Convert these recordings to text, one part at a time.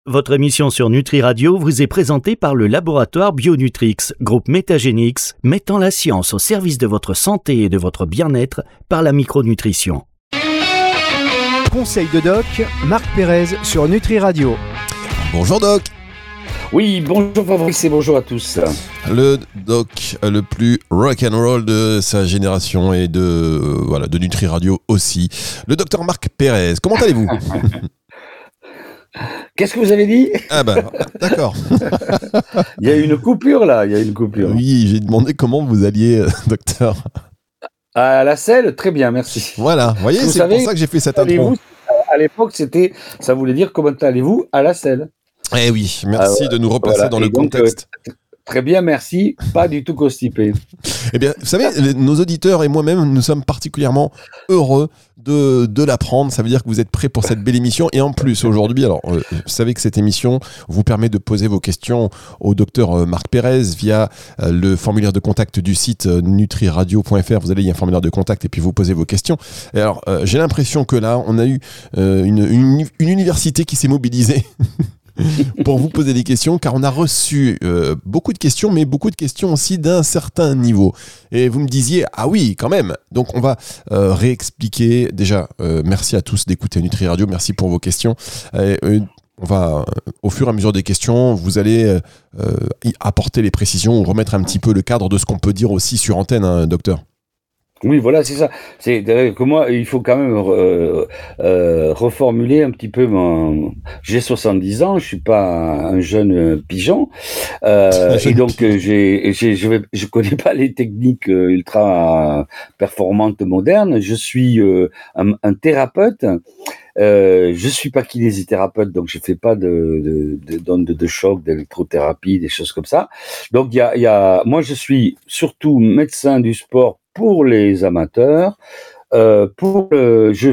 Votre émission sur Nutri Radio vous est présentée par le laboratoire Bionutrix, groupe Métagénix, mettant la science au service de votre santé et de votre bien-être par la micronutrition. Conseil de Doc, Marc Pérez sur Nutri Radio. Bonjour Doc. Oui, bonjour Fabrice et bonjour à tous. Le Doc le plus rock'n'roll de sa génération et de Nutri Radio aussi. Le docteur Marc Pérez, comment allez-vous ? Qu'est-ce que vous avez dit ? Ah bah, d'accord. Il y a une coupure là, Oui, j'ai demandé comment vous alliez, docteur. À la selle, très bien, merci. Voilà, vous voyez, c'est pour ça que j'ai fait cette intro. À l'époque, ça voulait dire comment allez-vous à la selle. Eh oui, merci de nous replacer dans le contexte. Très bien, merci. Pas du tout constipé. Eh bien, vous savez, nos auditeurs et moi-même, nous sommes particulièrement heureux de l'apprendre. Ça veut dire que vous êtes prêts pour cette belle émission. Et en plus, aujourd'hui, vous savez que cette émission vous permet de poser vos questions au docteur Marc Pérez via le formulaire de contact du site nutriradio.fr. Vous allez, il y a un formulaire de contact et puis vous posez vos questions. Et alors, j'ai l'impression que là, on a eu une université qui s'est mobilisée pour vous poser des questions, car on a reçu beaucoup de questions, mais beaucoup de questions aussi d'un certain niveau. Et vous me disiez, ah oui, quand même. Donc on va réexpliquer. Déjà, merci à tous d'écouter Nutri Radio, merci pour vos questions. On va, au fur et à mesure des questions, vous allez y apporter les précisions ou remettre un petit peu le cadre de ce qu'on peut dire aussi sur antenne, hein, docteur. Oui, voilà, c'est ça. C'est que moi, il faut quand même reformuler un petit peu J'ai 70 ans, je suis pas un jeune pigeon, et donc je connais pas les techniques ultra performantes modernes. Je suis un thérapeute. Je suis pas kinésithérapeute, donc je fais pas d'ondes de choc, d'électrothérapie, des choses comme ça. Donc moi je suis surtout médecin du sport pour les amateurs. Je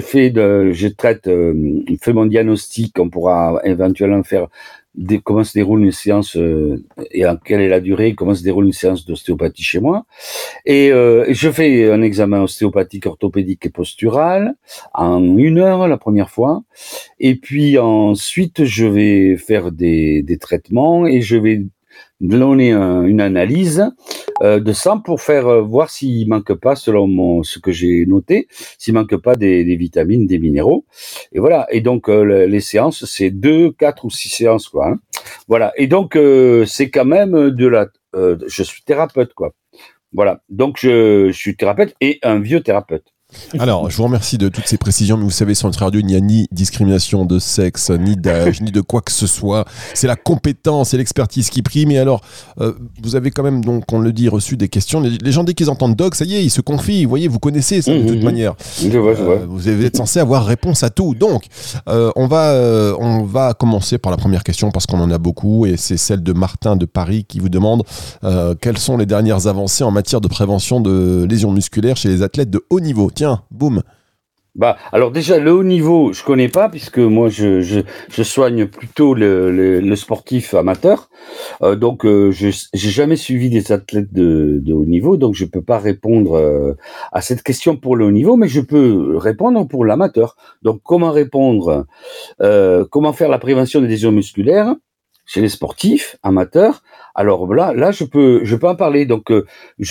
fais mon diagnostic. On pourra éventuellement faire comment se déroule une séance et quelle est la durée, comment se déroule une séance d'ostéopathie chez moi. Et je fais un examen ostéopathique, orthopédique et postural en 1 heure la première fois. Et puis ensuite, je vais faire des traitements et je vais donner une analyse de sang pour faire voir s'il manque pas, selon ce que j'ai noté, s'il manque pas des vitamines, des minéraux. Et voilà. Et donc les séances, c'est 2, 4 ou 6 séances, quoi. Hein. Voilà. Et donc c'est quand même je suis thérapeute, quoi. Voilà. Donc je suis thérapeute et un vieux thérapeute. Alors, je vous remercie de toutes ces précisions, mais vous savez, sur notre radio, il n'y a ni discrimination de sexe, ni d'âge, ni de quoi que ce soit. C'est la compétence et l'expertise qui priment. Et alors, vous avez quand même, donc, on le dit, reçu des questions. Les gens, dès qu'ils entendent Doc, ça y est, ils se confient. Vous voyez, vous connaissez ça de toute manière. Je vois. Vous êtes censé avoir réponse à tout. Donc, on va commencer par la première question parce qu'on en a beaucoup. Et c'est celle de Martin de Paris qui vous demande quelles sont les dernières avancées en matière de prévention de lésions musculaires chez les athlètes de haut niveau. Tiens, boum. Alors déjà le haut niveau, je connais pas puisque moi je soigne plutôt le sportif amateur, donc j'ai jamais suivi des athlètes de haut niveau, donc je peux pas répondre à cette question pour le haut niveau, mais je peux répondre pour l'amateur. Donc comment répondre, comment faire la prévention des lésions musculaires chez les sportifs amateurs? Alors là je peux en parler. Donc moi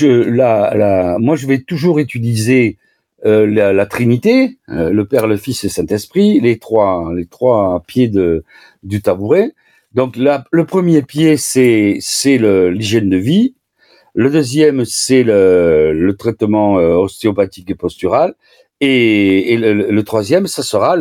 je vais toujours utiliser la Trinité, le Père, le Fils et le Saint-Esprit, les trois pieds du tabouret. Donc le premier pied, c'est l'hygiène de vie. Le deuxième, c'est le traitement ostéopathique et postural. Et le troisième, ça sera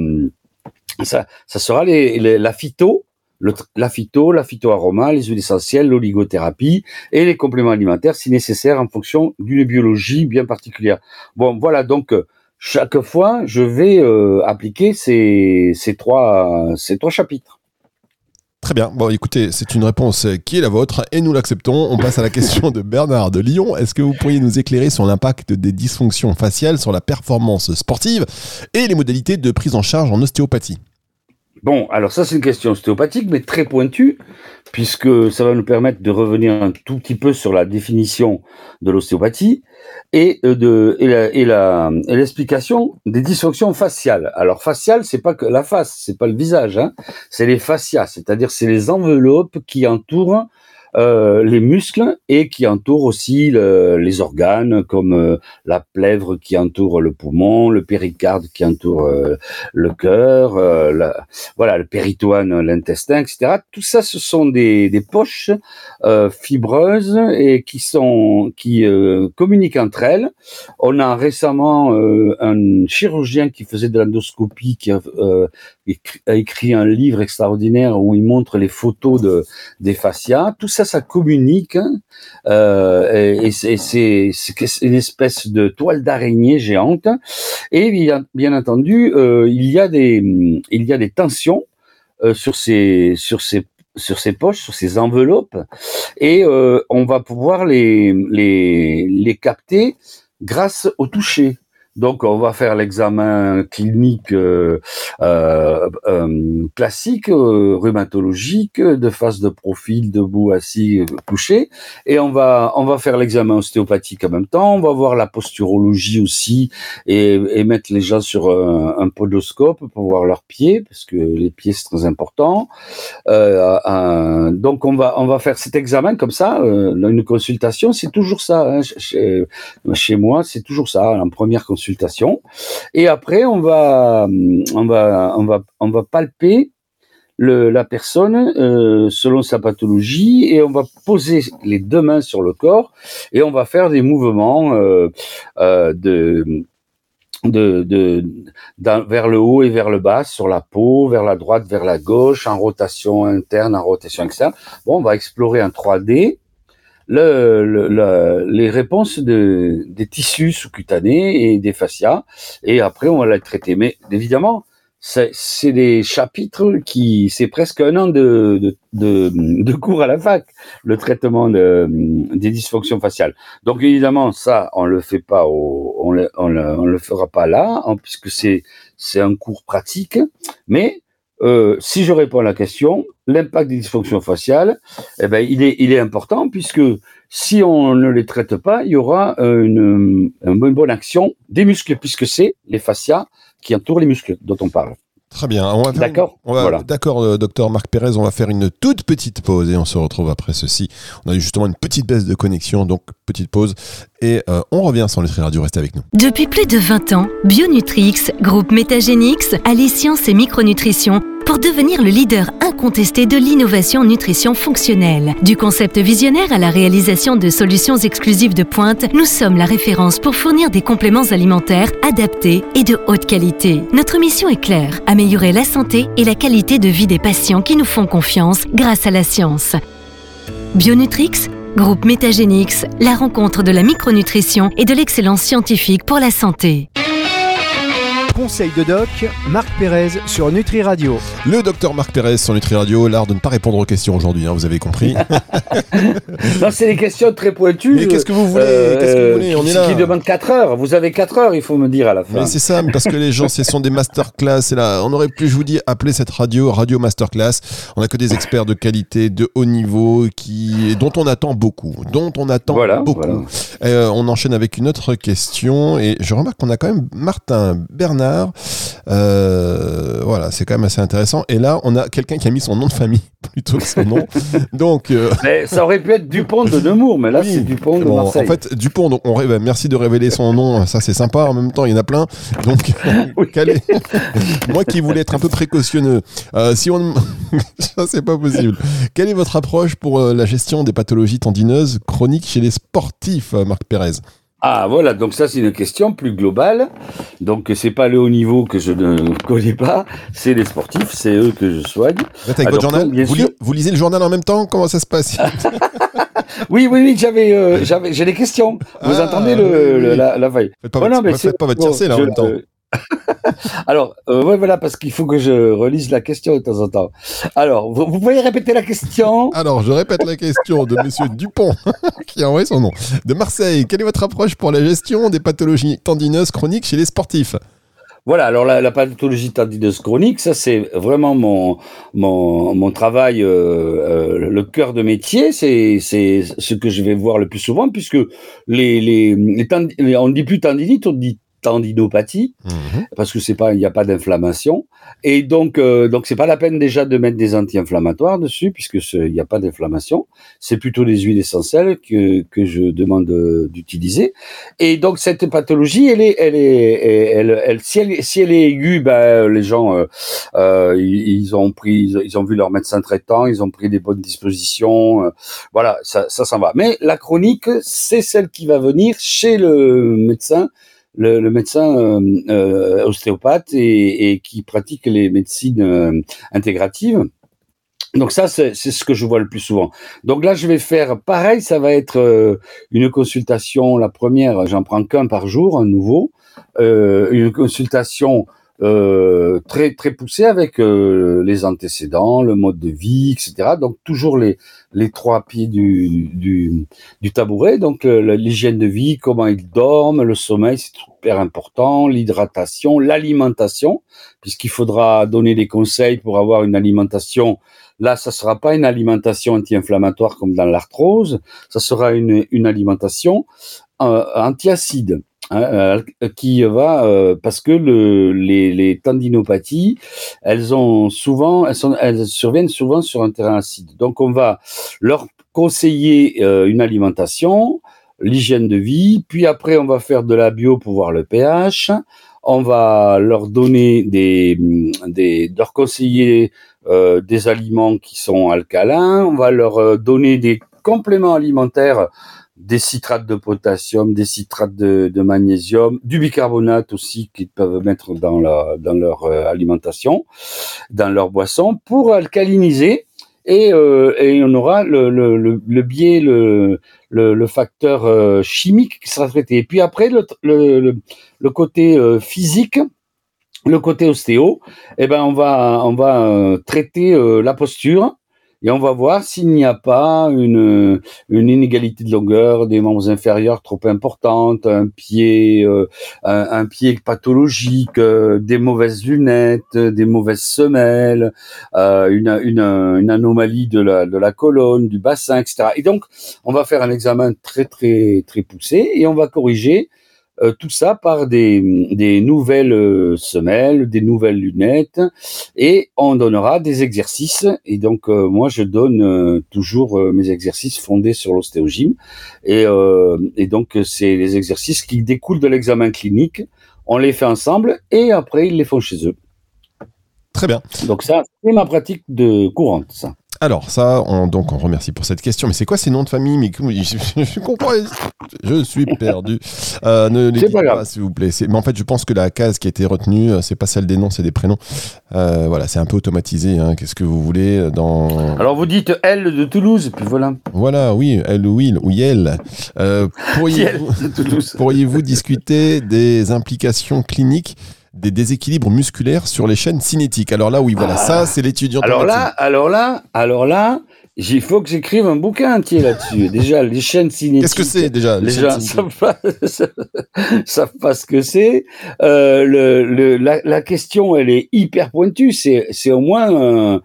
la phyto. La phytoaroma, les huiles essentielles, l'oligothérapie et les compléments alimentaires si nécessaire en fonction d'une biologie bien particulière. Bon, voilà, donc chaque fois, je vais appliquer ces trois chapitres. Très bien. Bon, écoutez, c'est une réponse qui est la vôtre et nous l'acceptons. On passe à la question de Bernard de Lyon. Est-ce que vous pourriez nous éclairer sur l'impact des dysfonctions faciales sur la performance sportive et les modalités de prise en charge en ostéopathie ? Bon, alors ça c'est une question ostéopathique, mais très pointue, puisque ça va nous permettre de revenir un tout petit peu sur la définition de l'ostéopathie et l'explication des dysfonctions faciales. Alors faciales, c'est pas que la face, c'est pas le visage, hein, c'est les fascias, c'est-à-dire c'est les enveloppes qui entourent les muscles et qui entourent aussi les organes comme la plèvre qui entoure le poumon, le péricarde qui entoure le cœur, voilà, le péritoine, l'intestin, etc. Tout ça, ce sont des poches fibreuses et qui communiquent entre elles. On a récemment un chirurgien qui faisait de l'endoscopie qui a écrit un livre extraordinaire où il montre les photos des fascias. Tout ça communique, hein, et c'est une espèce de toile d'araignée géante. Et bien entendu, il y a des tensions sur ces poches, sur ces enveloppes, et on va pouvoir les capter grâce au toucher. Donc, on va faire l'examen clinique classique, rhumatologique, de face, de profil, debout, assis, couché, et on va faire l'examen ostéopathique en même temps. On va voir la posturologie aussi et mettre les gens sur un podoscope pour voir leurs pieds, parce que les pieds c'est très important. Donc, on va faire cet examen comme ça. Une consultation, c'est toujours ça. Hein, chez moi, c'est toujours ça. En première consultation. Et après on va palper la personne selon sa pathologie, et on va poser les deux mains sur le corps et on va faire des mouvements vers le haut et vers le bas sur la peau, vers la droite, vers la gauche, en rotation interne, en rotation externe. Bon, on va explorer en 3D les réponses des tissus sous-cutanés et des fascias, et après on va les traiter. Mais évidemment, c'est des chapitres c'est presque un an de cours à la fac, le traitement des dysfonctions faciales. Donc évidemment, ça, on le fait pas on le fera pas là, puisque c'est un cours pratique, mais si je réponds à la question, l'impact des dysfonctions faciales, il est important, puisque si on ne les traite pas, il y aura une bonne action des muscles, puisque c'est les fascias qui entourent les muscles dont on parle. Très bien. D'accord. Voilà. D'accord, docteur Marc Pérez, on va faire une toute petite pause et on se retrouve après ceci. On a eu justement une petite baisse de connexion, donc petite pause. Et on revient sur Nutri Radio, restez avec nous. Depuis plus de 20 ans, Bionutrix, groupe Métagénix, allie science et micronutrition pour devenir le leader incontesté de l'innovation en nutrition fonctionnelle. Du concept visionnaire à la réalisation de solutions exclusives de pointe, nous sommes la référence pour fournir des compléments alimentaires adaptés et de haute qualité. Notre mission est claire, améliorer la santé et la qualité de vie des patients qui nous font confiance grâce à la science. Bionutrix, groupe Métagénix, la rencontre de la micronutrition et de l'excellence scientifique pour la santé. Conseil de doc, Marc Pérez sur Nutri Radio. Le docteur Marc Pérez sur Nutri Radio, l'art de ne pas répondre aux questions aujourd'hui, hein, vous avez compris. Non, c'est des questions très pointues. Mais qu'est-ce que vous voulez, On est là. Qui demande 4 heures. Vous avez 4 heures, il faut me dire à la fin. Mais c'est ça, parce que les gens, ce sont des masterclass. Et là, on aurait pu, je vous dis, appeler cette radio Masterclass. On n'a que des experts de qualité, de haut niveau, dont on attend beaucoup. Voilà. On enchaîne avec une autre question. Et je remarque qu'on a quand même Martin Bernard. Voilà, c'est quand même assez intéressant. Et là, on a quelqu'un qui a mis son nom de famille plutôt que son nom. Donc, mais ça aurait pu être Dupont de Nemours, mais là, oui, c'est Dupont de Marseille. En fait, Dupont, donc merci de révéler son nom, ça c'est sympa. En même temps, il y en a plein. Donc, oui. Moi qui voulais être un peu précautionneux, ça c'est pas possible. Quelle est votre approche pour la gestion des pathologies tendineuses chroniques chez les sportifs, Marc Pérez ? Ah voilà, donc ça c'est une question plus globale. Donc c'est pas le haut niveau que je ne connais pas, c'est les sportifs, c'est eux que je soigne. Vous êtes avec votre journal, vous lisez le journal en même temps ? Comment ça se passe ? Oui, j'ai des questions. Vous entendez la feuille. Faites pas votre tiercé là en même temps. Alors, voilà, parce qu'il faut que je relise la question de temps en temps. Alors, vous pouvez répéter la question ? Alors, je répète la question de monsieur Dupont, qui a envoyé son nom, de Marseille. Quelle est votre approche pour la gestion des pathologies tendineuses chroniques chez les sportifs ? Voilà, alors la pathologie tendineuse chronique, ça c'est vraiment mon travail, le cœur de métier, c'est ce que je vais voir le plus souvent, puisque on ne dit plus tendinite, on dit tendinopathie, parce que il n'y a pas d'inflammation, et donc c'est pas la peine déjà de mettre des anti-inflammatoires dessus, puisque il n'y a pas d'inflammation, c'est plutôt des huiles essentielles que je demande d'utiliser, et donc cette pathologie, si elle est aiguë, les gens ils ont vu leur médecin traitant, ils ont pris des bonnes dispositions, voilà, ça s'en va. Mais la chronique, c'est celle qui va venir chez le médecin. Le médecin ostéopathe et qui pratique les médecines intégratives. Donc ça, c'est ce que je vois le plus souvent. Donc là, je vais faire pareil, ça va être une consultation, la première, j'en prends qu'un par jour, un nouveau, une consultation très très poussée avec les antécédents, le mode de vie, etc. Donc toujours les 3 pieds du tabouret. Donc l'hygiène de vie, comment ils dorment, le sommeil, c'est super important, l'hydratation, l'alimentation, puisqu'il faudra donner des conseils pour avoir une alimentation. Là, ça sera pas une alimentation anti-inflammatoire comme dans l'arthrose, ça sera une alimentation anti-acide. Qui va parce que les tendinopathies, elles surviennent souvent sur un terrain acide. Donc on va leur conseiller une alimentation, l'hygiène de vie, puis après on va faire de la bio pour voir le pH. On va leur donner leur conseiller des aliments qui sont alcalins. On va leur donner des compléments alimentaires, des citrates de potassium, des citrates de magnésium, du bicarbonate aussi qu'ils peuvent mettre dans leur alimentation, dans leur boisson, pour alcaliniser. Et on aura le biais, le facteur chimique qui sera traité. Et puis après, le côté physique, le côté ostéo, on va traiter la posture. Et on va voir s'il n'y a pas une inégalité de longueur des membres inférieurs trop importante, un pied pathologique, des mauvaises lunettes, des mauvaises semelles, une anomalie de la colonne, du bassin, etc. Et donc, on va faire un examen très très très poussé et on va corriger tout ça par des nouvelles semelles, des nouvelles lunettes, et on donnera des exercices. Et donc moi je donne toujours mes exercices fondés sur l'ostéogyme, et donc c'est les exercices qui découlent de l'examen clinique. On les fait ensemble et après ils les font chez eux. Très bien. Donc ça, c'est ma pratique courante, ça. Alors ça, on remercie pour cette question. Mais c'est quoi ces noms de famille? Mais je comprends, je suis perdu. Ne les dites pas, s'il vous plaît. Mais en fait, je pense que la case qui a été retenue, c'est pas celle des noms, c'est des prénoms. Voilà, c'est un peu automatisé. Hein. Qu'est-ce que vous voulez Alors vous dites elle de Toulouse, puis voilà. Voilà, oui, elle ou il ou Yel. Pourriez-vous discuter des implications cliniques des déséquilibres musculaires sur les chaînes cinétiques? Alors là, oui, voilà, ça, c'est l'étudiant. Alors là, il faut que j'écrive un bouquin entier là-dessus. Déjà, les chaînes cinétiques. Qu'est-ce que c'est déjà? Les gens savent pas ce que c'est. La question, elle est hyper pointue. C'est au moins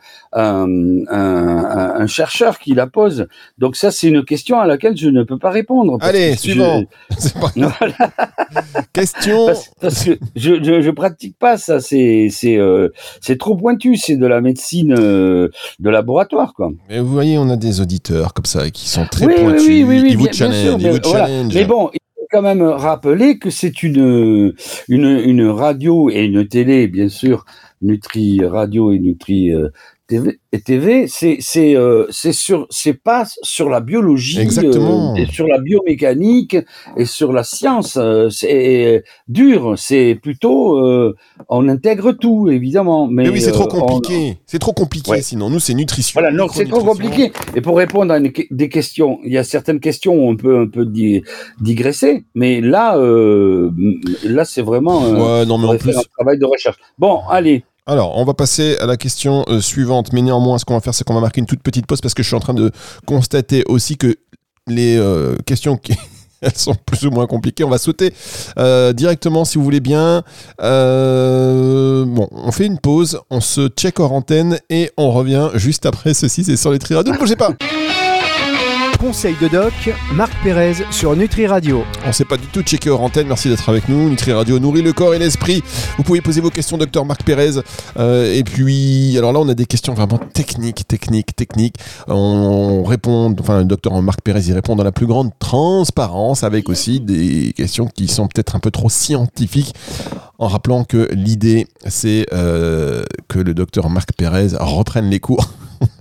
un chercheur qui la pose. Donc ça, c'est une question à laquelle je ne peux pas répondre. Allez, suivant. Voilà. Question. Parce que je pratique pas ça. C'est trop pointu. C'est de la médecine de laboratoire, quoi. Mais vous voyez, on a des auditeurs comme ça qui sont très pointus. Oui, ils vous challenge. Voilà. Mais bon, il faut quand même rappeler que c'est une radio et une télé, bien sûr, Nutri Radio et Nutri TV, c'est pas sur la biologie, sur la biomécanique et sur la science. C'est dur. C'est plutôt on intègre tout, évidemment. Mais oui, c'est trop compliqué. C'est trop compliqué. Ouais. Sinon, nous, c'est nutrition. Voilà, non, c'est trop compliqué. Et pour répondre à des questions, il y a certaines questions où on peut un peu digresser, mais là, c'est vraiment un travail de recherche. Bon, allez. Alors, on va passer à la question suivante, mais néanmoins, ce qu'on va faire, c'est qu'on va marquer une toute petite pause parce que je suis en train de constater aussi que les questions elles sont plus ou moins compliquées. On va sauter directement, si vous voulez bien. Bon, on fait une pause, on se check hors antenne et on revient juste après. Ceci, c'est sur Nutri Radio. Ne bougez pas. Conseil de doc, Marc Pérez sur Nutri Radio. On ne s'est pas du tout checké hors antenne, merci d'être avec nous. Nutri Radio nourrit le corps et l'esprit. Vous pouvez poser vos questions, docteur Marc Pérez. Et puis, alors là, on a des questions vraiment techniques. On répond, enfin, le docteur Marc Pérez y répond dans la plus grande transparence, avec aussi des questions qui sont peut-être un peu trop scientifiques, en rappelant que l'idée, c'est que le docteur Marc Pérez reprenne les cours.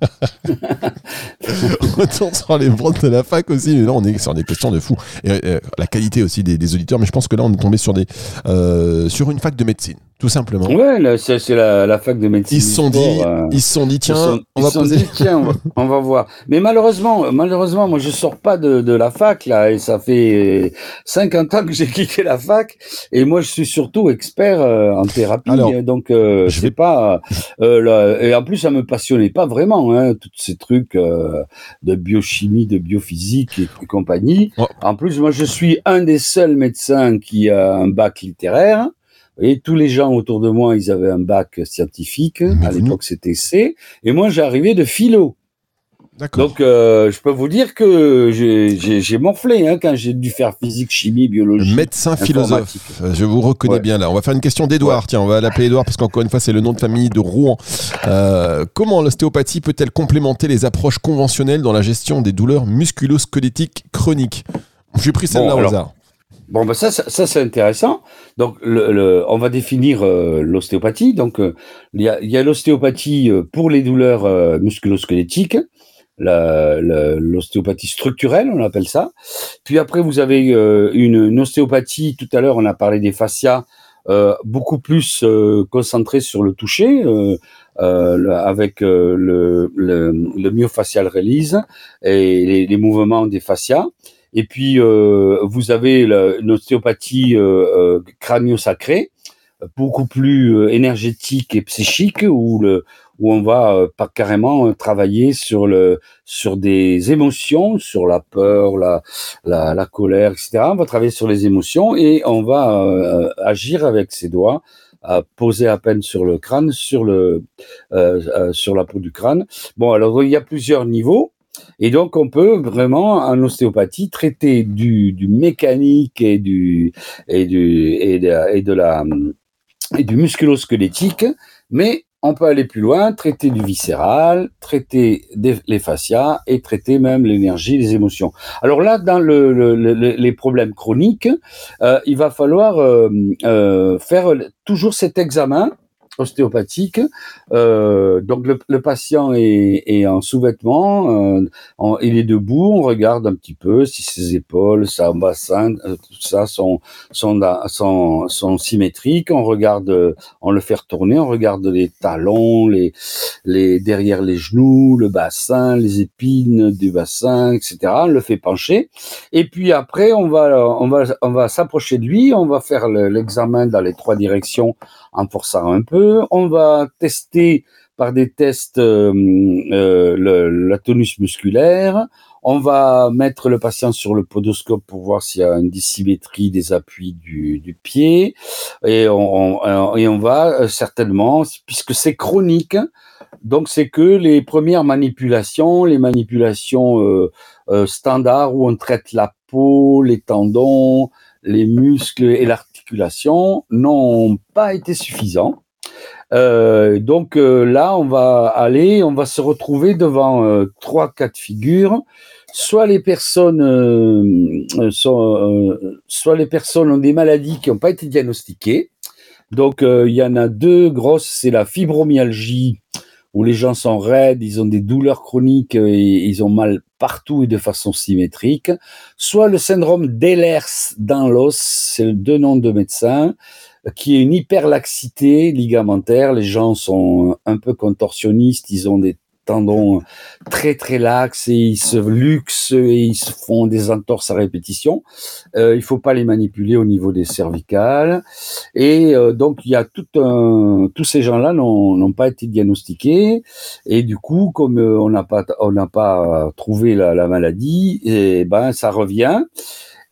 Retourne sur les bancs de la fac aussi, mais là on est sur des questions de fou. Et la qualité aussi des auditeurs, mais je pense que là on est tombé sur sur une fac de médecine, tout simplement. Ouais, là, c'est la fac de médecine. Ils se sont dit, tiens, on va voir. Mais malheureusement, moi je sors pas de la fac là, et ça fait 50 ans que j'ai quitté la fac, et moi je suis surtout expert en thérapie. Alors, donc je sais pas. Et en plus ça me passionnait pas vraiment. Tous ces trucs de biochimie, de biophysique et compagnie. Oh. En plus, moi, je suis un des seuls médecins qui a un bac littéraire. Et tous les gens autour de moi, ils avaient un bac scientifique. À l'époque, c'était C. Et moi, j'arrivais de philo. D'accord. Donc, je peux vous dire que j'ai morflé quand j'ai dû faire physique, chimie, biologie. Médecin philosophe. Je vous reconnais bien là. On va faire une question d'Edouard. Tiens, on va l'appeler Edouard parce qu'encore une fois, c'est le nom de famille de Rouen. Comment l'ostéopathie peut-elle complémenter les approches conventionnelles dans la gestion des douleurs musculo-squelettiques chroniques? J'ai pris celle-là au hasard. Bon, ben ça c'est intéressant. Donc, on va définir l'ostéopathie. Donc, il y a l'ostéopathie pour les douleurs musculo-squelettiques. L'ostéopathie structurelle, on appelle ça. Puis après, vous avez une ostéopathie, tout à l'heure, on a parlé des fascias, beaucoup plus concentrée sur le toucher, avec le myofascial release et les mouvements des fascias. Et puis, vous avez une ostéopathie crânio-sacrée, beaucoup plus énergétique et psychique, où on va pas carrément travailler sur des émotions, sur la peur, la colère, etc. On va travailler sur les émotions et on va agir avec ses doigts, poser à peine sur le crâne, sur la peau du crâne. Bon, alors il y a plusieurs niveaux. Et donc, on peut vraiment, en ostéopathie, traiter du mécanique et du musculo-squelettique, mais on peut aller plus loin, traiter du viscéral, traiter les fascias et traiter même l'énergie, les émotions. Alors là, dans les problèmes chroniques, il va falloir faire toujours cet examen ostéopathique. Donc le patient est en sous-vêtements, il est debout, on regarde un petit peu si ses épaules, son bassin, tout ça sont symétriques. On regarde, on le fait retourner, on regarde les talons, les derrière les genoux, le bassin, les épines du bassin, etc. On le fait pencher. Et puis après, on va s'approcher de lui, on va faire l'examen dans les 3 directions en forçant un peu. On va tester par des tests la tonus musculaire. On va mettre le patient sur le podoscope pour voir s'il y a une dissymétrie des appuis du pied. Et on va certainement, puisque c'est chronique, donc c'est que les premières manipulations, les manipulations standards où on traite la peau, les tendons, les muscles et l'articulation n'ont pas été suffisants. Donc là, on va se retrouver devant 3 cas de figure. Soit les personnes ont des maladies qui n'ont pas été diagnostiquées. Donc il y en a 2 grosses, c'est la fibromyalgie, où les gens sont raides, ils ont des douleurs chroniques et ils ont mal partout et de façon symétrique. Soit le syndrome d'Ehlers dans l'os, c'est 2 noms de médecins, qui est une hyperlaxité ligamentaire. Les gens sont un peu contorsionnistes, ils ont des tendons très très laxes et ils se luxent et ils se font des entorses à répétition. Il faut pas les manipuler au niveau des cervicales. Et donc il y a tous ces gens-là n'ont pas été diagnostiqués et du coup comme on n'a pas trouvé la maladie, et ben ça revient.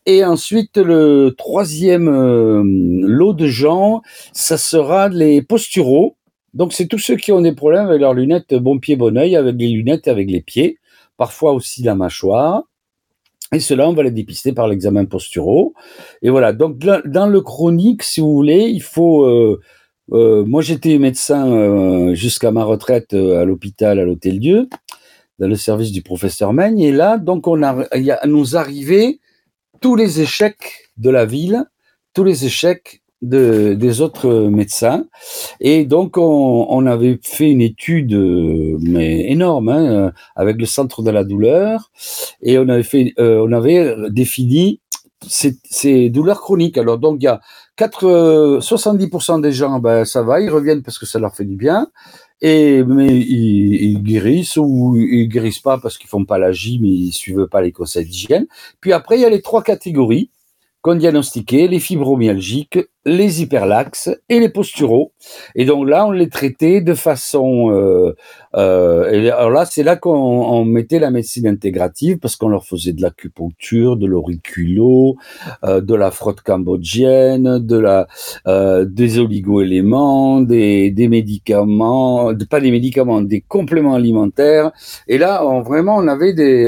Et ensuite, le troisième lot de gens, ça sera les posturaux. Donc, c'est tous ceux qui ont des problèmes avec leurs lunettes bon pied, bon oeil, avec les lunettes, avec les pieds, parfois aussi la mâchoire. Et ceux-là, on va les dépister par l'examen posturaux. Et voilà, donc dans le chronique, si vous voulez, il faut... moi, j'étais médecin jusqu'à ma retraite à l'hôpital, à l'Hôtel-Dieu, dans le service du professeur Meigne. Et là, donc, nous arrivait tous les échecs de la ville, tous les échecs des autres médecins. Et donc, on avait fait une étude mais énorme avec le centre de la douleur. Et on avait défini ces douleurs chroniques. Alors, donc, il y a 70% des gens, ça va, ils reviennent parce que ça leur fait du bien. Mais ils guérissent ou ils guérissent pas parce qu'ils font pas la gym, ils suivent pas les conseils d'hygiène. Puis après, il y a les 3 catégories qu'on diagnostiquait, les fibromyalgiques, les hyperlaxes et les posturaux. Et donc là, on les traitait de façon... et alors là, c'est là qu'on mettait la médecine intégrative parce qu'on leur faisait de l'acupuncture, de l'auriculo, de la frotte cambodgienne, des oligo-éléments, des médicaments, pas des médicaments, des compléments alimentaires. Et là, on avait des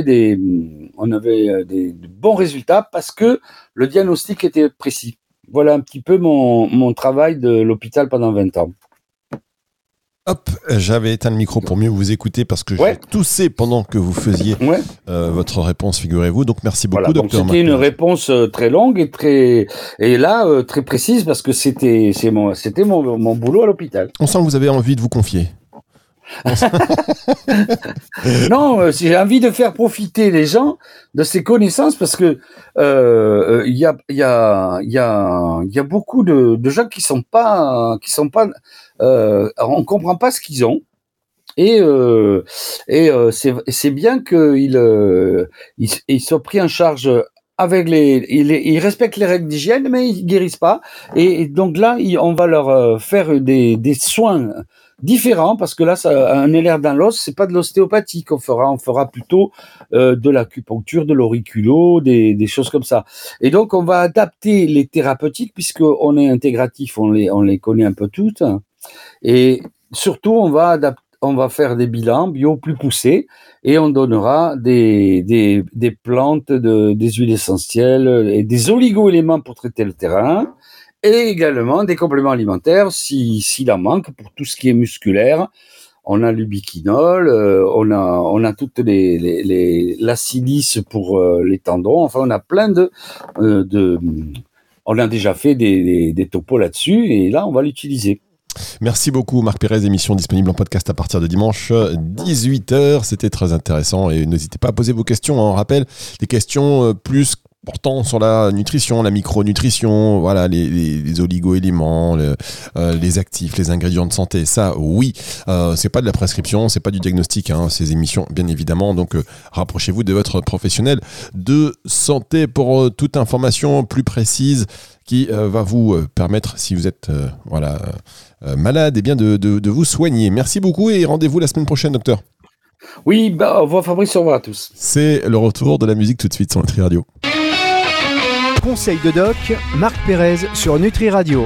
bons résultats parce que le diagnostic était précis. Voilà un petit peu mon travail de l'hôpital pendant 20 ans. Hop, j'avais éteint le micro pour mieux vous écouter parce que j'ai toussé pendant que vous faisiez votre réponse, figurez-vous. Donc merci beaucoup, docteur. C'était une réponse très longue et très précise parce que c'était mon boulot à l'hôpital. On sent que vous avez envie de vous confier. Non, j'ai envie de faire profiter les gens de ces connaissances parce que il y a beaucoup de gens qui sont pas on comprend pas ce qu'ils ont et c'est bien qu'ils soient pris en charge avec ils respectent les règles d'hygiène mais ils guérissent pas et donc là on va leur faire des soins différents parce que là un élair dans l'os c'est pas de l'ostéopathie qu'on fera, on fera plutôt de l'acupuncture, de l'auriculo, des choses comme ça. Et donc on va adapter les thérapeutiques puisque on est intégratif, on les connaît un peu toutes et surtout on va faire des bilans bio plus poussés et on donnera des plantes, des huiles essentielles et des oligo-éléments pour traiter le terrain et également des compléments alimentaires s'il en manque pour tout ce qui est musculaire. On a l'ubiquinol, on a toutes la silice pour les tendons. Enfin, on a plein on a déjà fait des topos là-dessus et là, on va l'utiliser. Merci beaucoup Marc Pérez, émission disponible en podcast à partir de dimanche 18h. C'était très intéressant et n'hésitez pas à poser vos questions. On rappelle des questions plus portant sur la nutrition, la micronutrition, voilà, les oligo-éléments, les actifs, les ingrédients de santé. Ça, oui, c'est pas de la prescription, c'est pas du diagnostic, ces émissions, bien évidemment. Donc, rapprochez-vous de votre professionnel de santé pour toute information plus précise qui va vous permettre, si vous êtes malade, de vous soigner. Merci beaucoup et rendez-vous la semaine prochaine, docteur. Oui, au revoir Fabrice, au revoir à tous. C'est le retour de la musique tout de suite sur Nutri Radio. Conseil de doc, Marc Pérez sur Nutri Radio.